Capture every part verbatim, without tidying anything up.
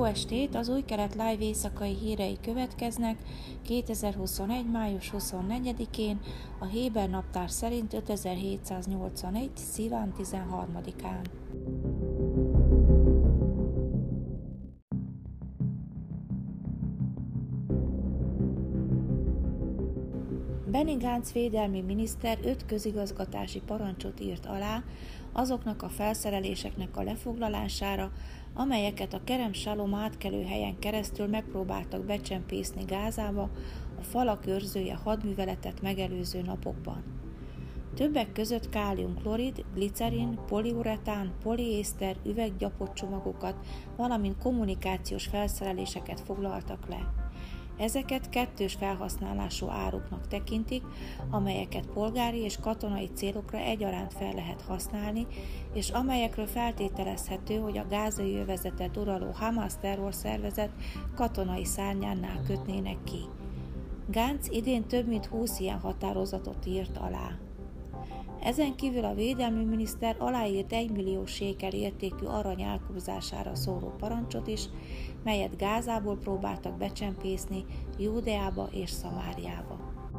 Jó estét! Az Új Kelet Live éjszakai hírei következnek kétezer-huszonegy. május huszonnegyedikén, a Héber naptár szerint ötezer-hétszáznyolcvanegy. Sziván tizenharmadikán. Benny Gantz védelmi miniszter öt közigazgatási parancsot írt alá azoknak a felszereléseknek a lefoglalására, amelyeket a Kerem Salom átkelőhelyen keresztül megpróbáltak becsempészni Gázába a falak őrzője hadműveletet megelőző napokban. Többek között káliumklorid, glicerin, poliuretán, poliészter, üveggyapott csomagokat, valamint kommunikációs felszereléseket foglaltak le. Ezeket kettős felhasználású áruknak tekintik, amelyeket polgári és katonai célokra egyaránt fel lehet használni, és amelyekről feltételezhető, hogy a gázai övezetet uraló Hamas terrorszervezet katonai szárnyánál kötnének ki. Gantz idén több mint húsz ilyen határozatot írt alá. Ezen kívül a védelmi miniszter aláírt egymillió sékel értékű arany elkobzására szóló parancsot is, melyet Gázából próbáltak becsempészni Júdeába és Szamáriába.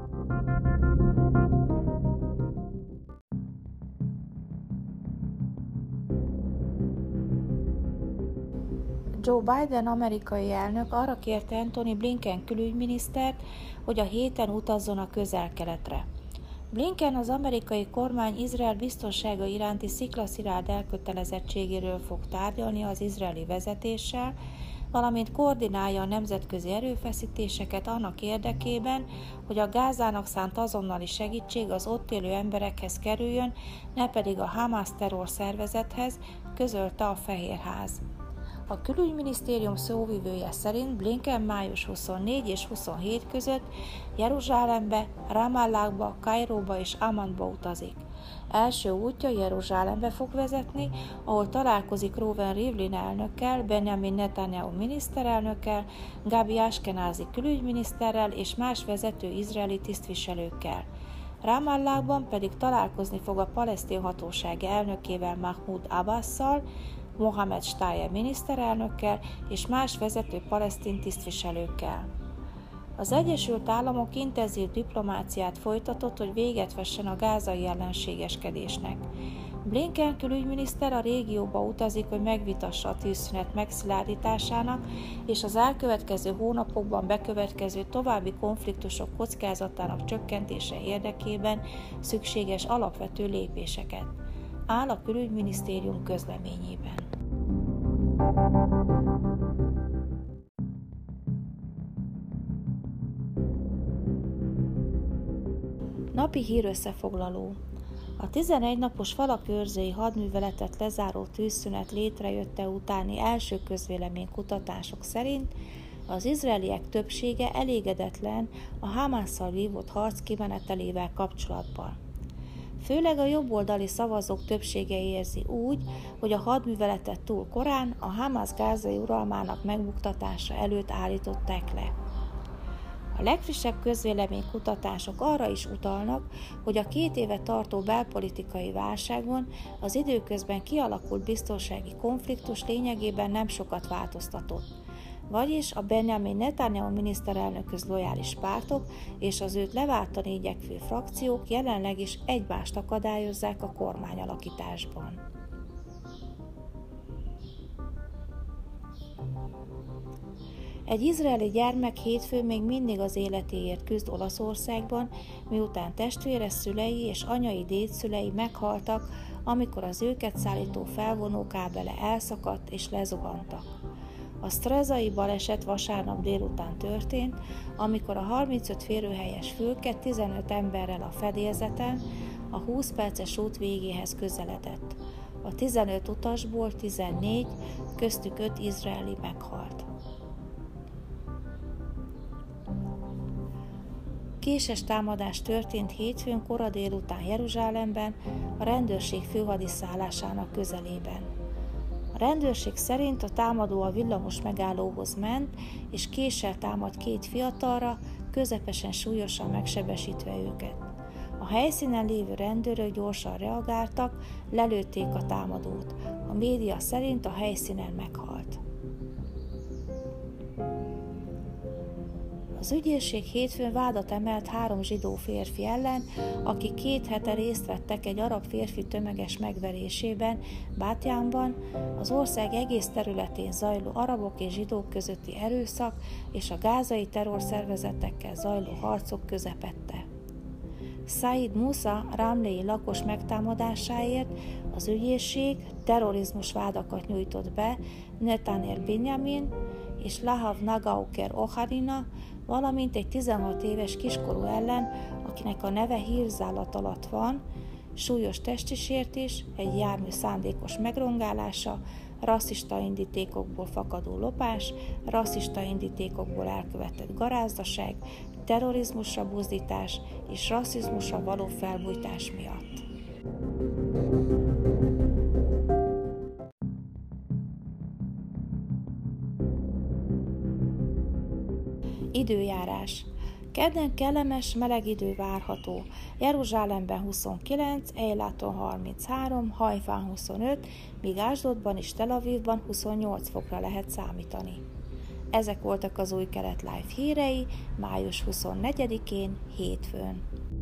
Joe Biden amerikai elnök arra kérte Antony Blinken külügyminisztert, hogy a héten utazzon a Közel-Keletre. Blinken az amerikai kormány Izrael biztonsága iránti sziklaszilárd elkötelezettségéről fog tárgyalni az izraeli vezetéssel, valamint koordinálja a nemzetközi erőfeszítéseket annak érdekében, hogy a Gázának szánt azonnali segítség az ott élő emberekhez kerüljön, ne pedig a Hamas terrorszervezethez, közölte a Fehérház. A külügyminisztérium szóvivője szerint Blinken május huszonnégy és huszonhét között Jeruzsálembe, Ramallahba, Kairóba és Ammanba utazik. Első útja Jeruzsálembe fog vezetni, ahol találkozik Reuven Rivlin elnökkel, Benjamin Netanyahu miniszterelnökkel, Gabi Ashkenazi külügyminiszterrel és más vezető izraeli tisztviselőkkel. Ramallahban pedig találkozni fog a palesztin hatóság elnökével, Mahmoud Abbasszal, Mohamed Shtayyeh miniszterelnökkel és más vezető palesztin tisztviselőkkel. Az Egyesült Államok intenzív diplomáciát folytatott, hogy véget vessen a gázai ellenségeskedésnek. Blinken külügyminiszter a régióba utazik, hogy megvitassa a tűzszünet megszilárdításának és az elkövetkező hónapokban bekövetkező további konfliktusok kockázatának csökkentése érdekében szükséges alapvető lépéseket, áll a külügyminisztérium közleményében. Napi hírösszefoglaló. A tizenegy napos falak őrzői hadműveletet lezáró tűzszünet létrejötte utáni első közvéleménykutatások szerint az izraeliek többsége elégedetlen a Hamasszal vívott harc kimenetelével kapcsolatban. Főleg a jobboldali szavazók többsége érzi úgy, hogy a hadműveletet túl korán a Hamas gázai uralmának megbuktatása előtt állították le. A legfrissebb közvéleménykutatások arra is utalnak, hogy a két éve tartó belpolitikai válságon az időközben kialakult biztonsági konfliktus lényegében nem sokat változtatott. Vagyis a Benjamin Netanyahu miniszterelnökhöz lojális pártok és az őt leváltani igyekvő frakciók jelenleg is egymást akadályozzák a kormányalakításban. Egy izraeli gyermek hétfőn még mindig az életéért küzd Olaszországban, miután testvére szülei és anyai dédszülei meghaltak, amikor az őket szállító felvonókábele elszakadt és lezuhantak. A strezai baleset vasárnap délután történt, amikor a harmincöt férőhelyes fülke tizenöt emberrel a fedélzeten a húsz perces út végéhez közeledett. A tizenöt utasból tizennégy, köztük öt izraeli meghalt. Késes támadás történt hétfőn kora délután Jeruzsálemben, a rendőrség főhadiszállásának közelében. A rendőrség szerint a támadó a villamos megállóhoz ment, és késsel támadt két fiatalra, közepesen súlyosan megsebesítve őket. A helyszínen lévő rendőrök gyorsan reagáltak, lelőtték a támadót. A média szerint a helyszínen meghalt. Az ügyészség hétfőn vádat emelt három zsidó férfi ellen, akik két hete részt vettek egy arab férfi tömeges megverésében, Bátjánban, az ország egész területén zajló arabok és zsidók közötti erőszak és a gázai terrorszervezetekkel zajló harcok közepette. Said Musa rámléi lakos megtámadásáért az ügyészség terrorizmus vádakat nyújtott be Netanel Benjamin és Lahav Nagauker Oharina, valamint egy tizenhat éves kiskorú ellen, akinek a neve hírzálat alatt van, súlyos testi sértés, egy jármű szándékos megrongálása, rasszista indítékokból fakadó lopás, rasszista indítékokból elkövetett garázdaság, terrorizmusra buzdítás és rasszizmusra való felbujtás miatt. Időjárás. Kedden kellemes, meleg idő várható. Jeruzsálemben huszonkilenc, Eiláton harminchárom, Hajfán huszonöt, míg Ásdodban és Tel Avivban huszonnyolc fokra lehet számítani. Ezek voltak az Új Kelet Live hírei május huszonnegyedikén, hétfőn.